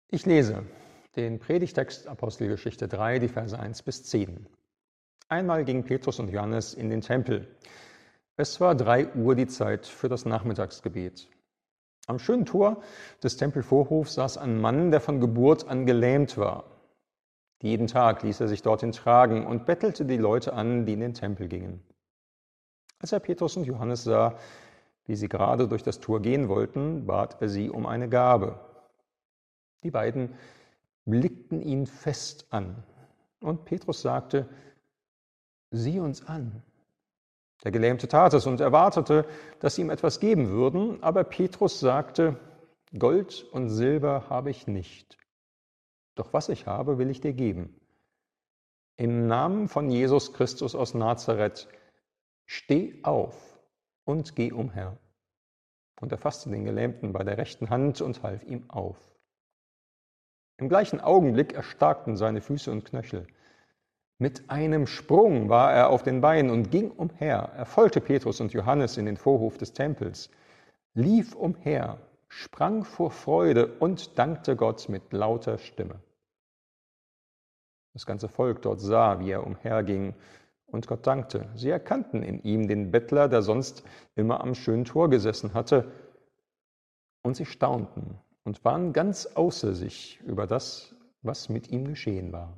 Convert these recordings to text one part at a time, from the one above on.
Ich lese den Predigtext Apostelgeschichte 3, die Verse 1 bis 10. Einmal gingen Petrus und Johannes in den Tempel. Es war 3 Uhr die Zeit für das Nachmittagsgebet. Am schönen Tor des Tempelvorhofs saß ein Mann, der von Geburt an gelähmt war. Jeden Tag ließ er sich dorthin tragen und bettelte die Leute an, die in den Tempel gingen. Als er Petrus und Johannes sah, wie sie gerade durch das Tor gehen wollten, bat er sie um eine Gabe. Die beiden blickten ihn fest an, und Petrus sagte: Sieh uns an. Der Gelähmte tat es und erwartete, dass sie ihm etwas geben würden, aber Petrus sagte: Gold und Silber habe ich nicht, doch was ich habe, will ich dir geben. Im Namen von Jesus Christus aus Nazareth, steh auf und geh umher. Und er fasste den Gelähmten bei der rechten Hand und half ihm auf. Im gleichen Augenblick erstarkten seine Füße und Knöchel. Mit einem Sprung war er auf den Beinen und ging umher. Er folgte Petrus und Johannes in den Vorhof des Tempels, lief umher, sprang vor Freude und dankte Gott mit lauter Stimme. Das ganze Volk dort sah, wie er umherging, und Gott dankte. Sie erkannten in ihm den Bettler, der sonst immer am schönen Tor gesessen hatte, und sie staunten und waren ganz außer sich über das, was mit ihm geschehen war.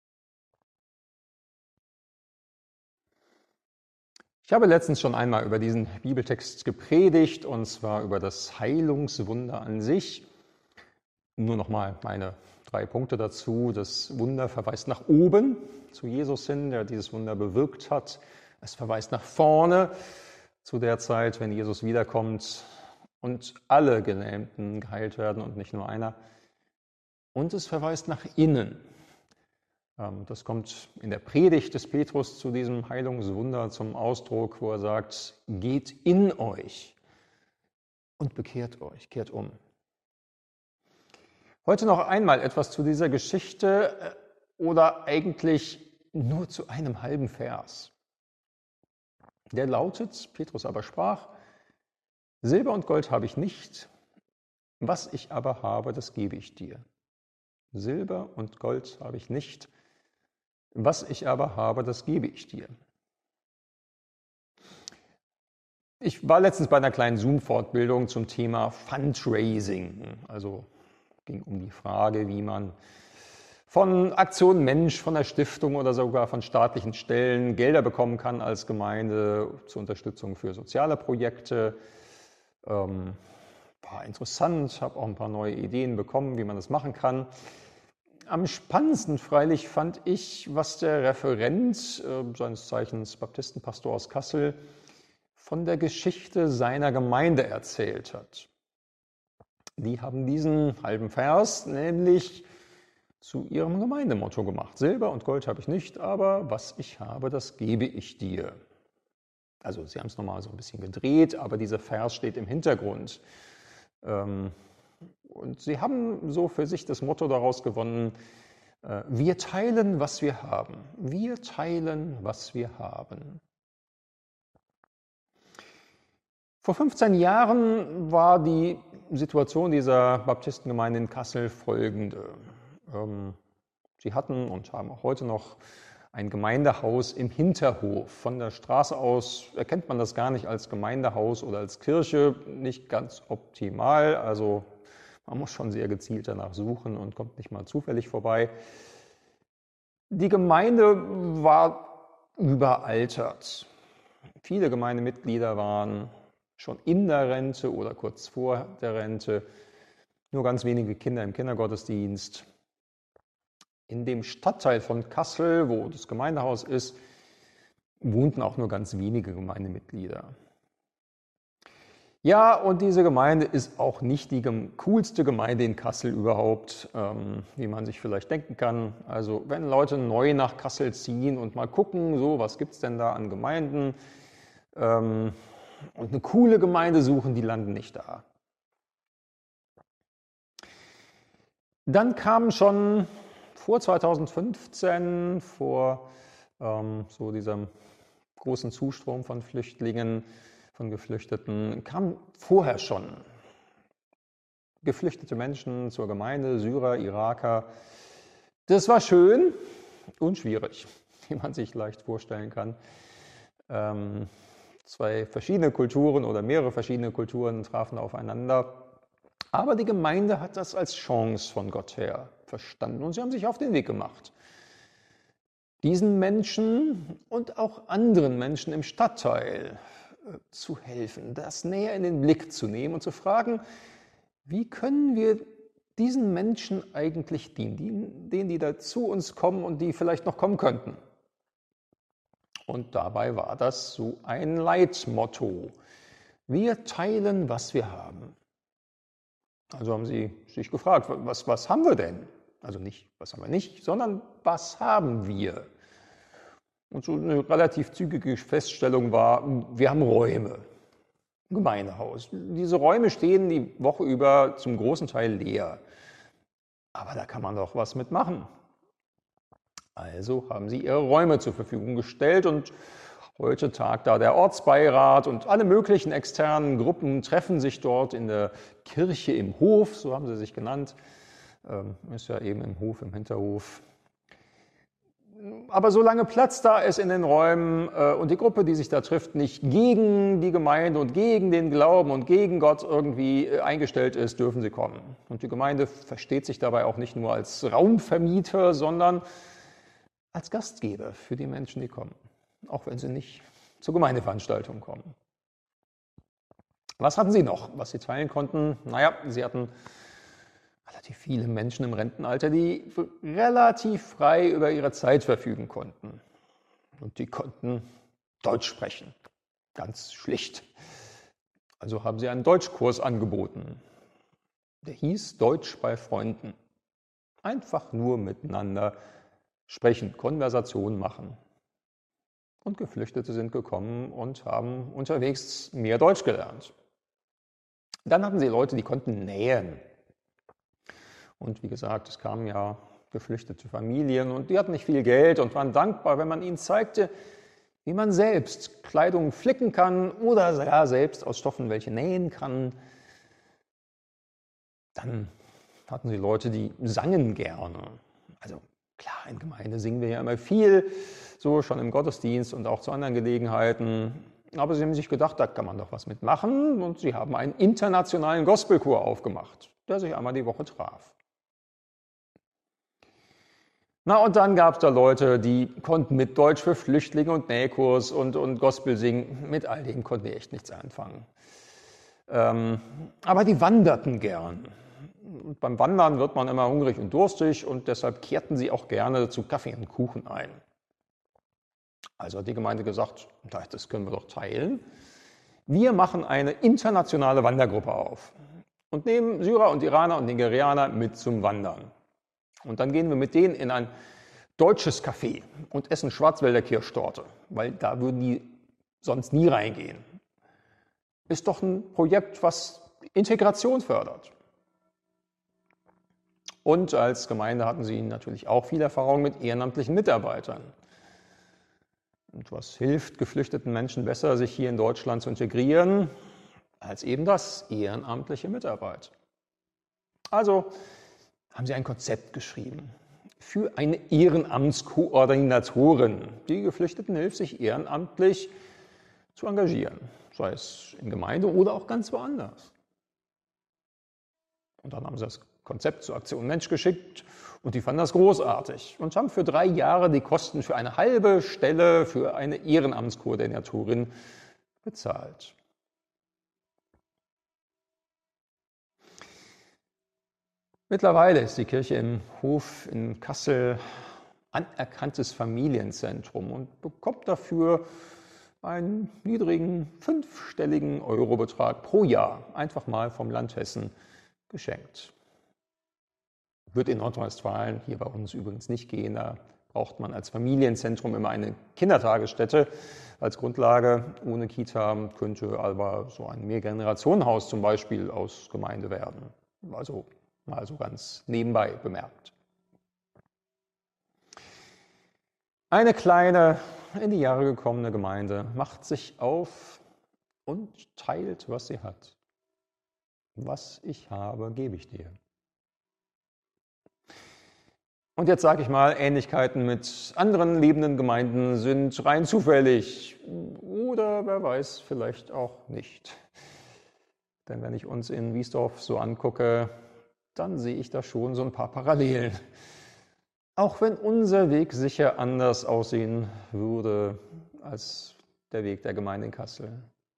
Ich habe letztens schon einmal über diesen Bibeltext gepredigt, und zwar über das Heilungswunder an sich. Nur nochmal meine 3 Punkte dazu. Das Wunder verweist nach oben zu Jesus hin, der dieses Wunder bewirkt hat. Es verweist nach vorne zu der Zeit, wenn Jesus wiederkommt und alle Gelähmten geheilt werden und nicht nur einer. Und es verweist nach innen. Das kommt in der Predigt des Petrus zu diesem Heilungswunder zum Ausdruck, wo er sagt: Geht in euch und bekehrt euch, kehrt um. Heute noch einmal etwas zu dieser Geschichte oder eigentlich nur zu einem halben Vers. Der lautet: Petrus aber sprach: Silber und Gold habe ich nicht, was ich aber habe, das gebe ich dir. Silber und Gold habe ich nicht, was ich aber habe, das gebe ich dir. Ich war letztens bei einer kleinen Zoom-Fortbildung zum Thema Fundraising. Also ging um die Frage, wie man von Aktion Mensch, von der Stiftung oder sogar von staatlichen Stellen Gelder bekommen kann als Gemeinde zur Unterstützung für soziale Projekte. War interessant, habe auch ein paar neue Ideen bekommen, wie man das machen kann. Am spannendsten freilich fand ich, was der Referent, seines Zeichens Baptistenpastor aus Kassel, von der Geschichte seiner Gemeinde erzählt hat. Die haben diesen halben Vers nämlich zu ihrem Gemeindemotto gemacht. Silber und Gold habe ich nicht, aber was ich habe, das gebe ich dir. Also sie haben es nochmal so ein bisschen gedreht, aber dieser Vers steht im Hintergrund. Und sie haben so für sich das Motto daraus gewonnen: Wir teilen, was wir haben. Wir teilen, was wir haben. Vor 15 Jahren war die Situation dieser Baptistengemeinde in Kassel folgende. Sie hatten und haben auch heute noch ein Gemeindehaus im Hinterhof. Von der Straße aus erkennt man das gar nicht als Gemeindehaus oder als Kirche, nicht ganz optimal. Also man muss schon sehr gezielt danach suchen und kommt nicht mal zufällig vorbei. Die Gemeinde war überaltert. Viele Gemeindemitglieder waren schon in der Rente oder kurz vor der Rente. Nur ganz wenige Kinder im Kindergottesdienst. In dem Stadtteil von Kassel, wo das Gemeindehaus ist, wohnten auch nur ganz wenige Gemeindemitglieder. Ja, und diese Gemeinde ist auch nicht die coolste Gemeinde in Kassel überhaupt, wie man sich vielleicht denken kann. Also wenn Leute neu nach Kassel ziehen und mal gucken, so was gibt es denn da an Gemeinden, und eine coole Gemeinde suchen, die landen nicht da. Dann kamen schon vor 2015, vor so diesem großen Zustrom von Flüchtlingen, von Geflüchteten, kam vorher schon geflüchtete Menschen zur Gemeinde, Syrer, Iraker. Das war schön und schwierig, wie man sich leicht vorstellen kann. Zwei verschiedene Kulturen oder mehrere verschiedene Kulturen trafen aufeinander. Aber die Gemeinde hat das als Chance von Gott her verstanden und sie haben sich auf den Weg gemacht, diesen Menschen und auch anderen Menschen im Stadtteil zu helfen, das näher in den Blick zu nehmen und zu fragen, wie können wir diesen Menschen eigentlich dienen, denen, die da zu uns kommen und die vielleicht noch kommen könnten. Und dabei war das so ein Leitmotto. Wir teilen, was wir haben. Also haben sie sich gefragt, was haben wir denn? Also nicht, was haben wir nicht, sondern was haben wir? Und so eine relativ zügige Feststellung war, wir haben Räume, ein Gemeindehaus. Diese Räume stehen die Woche über zum großen Teil leer. Aber da kann man doch was mitmachen. Also haben sie ihre Räume zur Verfügung gestellt und heute tagt da der Ortsbeirat und alle möglichen externen Gruppen treffen sich dort in der Kirche im Hof, so haben sie sich genannt. Ist ja eben im Hof, im Hinterhof. Aber solange Platz da ist in den Räumen und die Gruppe, die sich da trifft, nicht gegen die Gemeinde und gegen den Glauben und gegen Gott irgendwie eingestellt ist, dürfen sie kommen. Und die Gemeinde versteht sich dabei auch nicht nur als Raumvermieter, sondern als Gastgeber für die Menschen, die kommen, auch wenn sie nicht zur Gemeindeveranstaltung kommen. Was hatten sie noch, was sie teilen konnten? Naja, sie hatten relativ viele Menschen im Rentenalter, die relativ frei über ihre Zeit verfügen konnten. Und die konnten Deutsch sprechen, ganz schlicht. Also haben sie einen Deutschkurs angeboten. Der hieß Deutsch bei Freunden. Einfach nur miteinander sprechen, Konversation machen. Und Geflüchtete sind gekommen und haben unterwegs mehr Deutsch gelernt. Dann hatten sie Leute, die konnten nähen. Und wie gesagt, es kamen ja geflüchtete Familien und die hatten nicht viel Geld und waren dankbar, wenn man ihnen zeigte, wie man selbst Kleidung flicken kann oder sogar selbst aus Stoffen welche nähen kann. Dann hatten sie Leute, die sangen gerne. Also klar, in Gemeinde singen wir ja immer viel, so schon im Gottesdienst und auch zu anderen Gelegenheiten. Aber sie haben sich gedacht, da kann man doch was mitmachen und sie haben einen internationalen Gospelchor aufgemacht, der sich einmal die Woche traf. Na, und dann gab es da Leute, die konnten mit Deutsch für Flüchtlinge und Nähkurs und Gospel singen. Mit all denen konnten wir echt nichts anfangen. Aber die wanderten gern. Und beim Wandern wird man immer hungrig und durstig und deshalb kehrten sie auch gerne zu Kaffee und Kuchen ein. Also hat die Gemeinde gesagt, das können wir doch teilen. Wir machen eine internationale Wandergruppe auf und nehmen Syrer und Iraner und Nigerianer mit zum Wandern. Und dann gehen wir mit denen in ein deutsches Café und essen Schwarzwälder Kirschtorte, weil da würden die sonst nie reingehen. Ist doch ein Projekt, was Integration fördert. Und als Gemeinde hatten sie natürlich auch viel Erfahrung mit ehrenamtlichen Mitarbeitern. Und was hilft geflüchteten Menschen besser, sich hier in Deutschland zu integrieren, als eben das, ehrenamtliche Mitarbeit. Also haben sie ein Konzept geschrieben für eine Ehrenamtskoordinatorin. Die Geflüchteten hilft, sich ehrenamtlich zu engagieren, sei es in Gemeinde oder auch ganz woanders. Und dann haben sie das Konzept zur Aktion Mensch geschickt und die fanden das großartig und haben für 3 Jahre die Kosten für eine halbe Stelle für eine Ehrenamtskoordinatorin bezahlt. Mittlerweile ist die Kirche im Hof in Kassel anerkanntes Familienzentrum und bekommt dafür einen niedrigen 5-stelligen Eurobetrag pro Jahr einfach mal vom Land Hessen geschenkt. Wird in Nordrhein-Westfalen hier bei uns übrigens nicht gehen. Da braucht man als Familienzentrum immer eine Kindertagesstätte als Grundlage. Ohne Kita könnte aber so ein Mehrgenerationenhaus zum Beispiel aus Gemeinde werden. Also mal so ganz nebenbei bemerkt. Eine kleine, in die Jahre gekommene Gemeinde macht sich auf und teilt, was sie hat. Was ich habe, gebe ich dir. Und jetzt sage ich mal, Ähnlichkeiten mit anderen lebenden Gemeinden sind rein zufällig oder wer weiß, vielleicht auch nicht. Denn wenn ich uns in Wiesdorf so angucke, dann sehe ich da schon so ein paar Parallelen. Auch wenn unser Weg sicher anders aussehen würde als der Weg der Gemeinde in Kassel.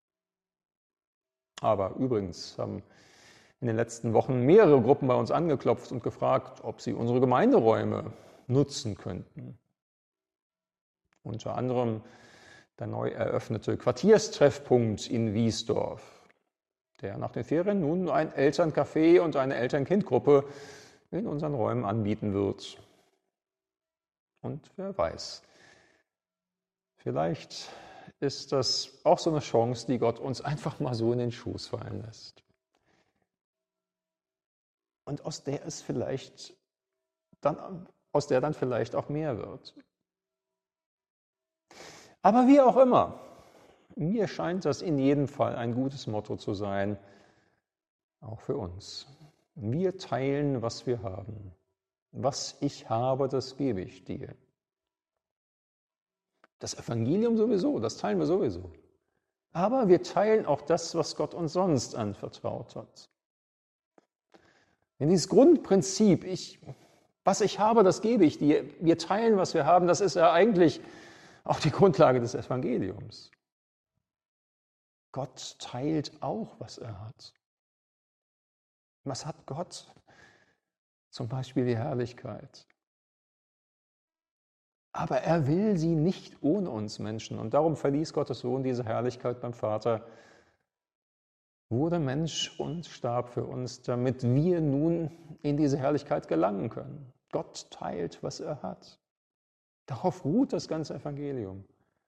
Aber übrigens haben in den letzten Wochen mehrere Gruppen bei uns angeklopft und gefragt, ob sie unsere Gemeinderäume nutzen könnten. Unter anderem der neu eröffnete Quartierstreffpunkt in Wiesdorf, der nach den Ferien nun ein Elterncafé und eine Eltern-Kind-Gruppe in unseren Räumen anbieten wird. Und wer weiß, vielleicht ist das auch so eine Chance, die Gott uns einfach mal so in den Schoß fallen lässt. Und aus der dann vielleicht auch mehr wird. Aber wie auch immer, mir scheint das in jedem Fall ein gutes Motto zu sein, auch für uns. Wir teilen, was wir haben. Was ich habe, das gebe ich dir. Das Evangelium sowieso, das teilen wir sowieso. Aber wir teilen auch das, was Gott uns sonst anvertraut hat. Denn dieses Grundprinzip, was ich habe, das gebe ich dir, wir teilen, was wir haben, das ist ja eigentlich auch die Grundlage des Evangeliums. Gott teilt auch, was er hat. Was hat Gott? Zum Beispiel die Herrlichkeit. Aber er will sie nicht ohne uns Menschen. Und darum verließ Gottes Sohn diese Herrlichkeit beim Vater, wurde Mensch und starb für uns, damit wir nun in diese Herrlichkeit gelangen können. Gott teilt, was er hat. Darauf ruht das ganze Evangelium.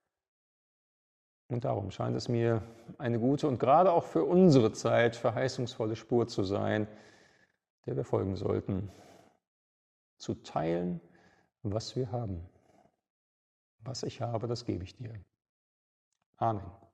Und darum scheint es mir eine gute und gerade auch für unsere Zeit verheißungsvolle Spur zu sein, der wir folgen sollten. Zu teilen, was wir haben. Was ich habe, das gebe ich dir. Amen.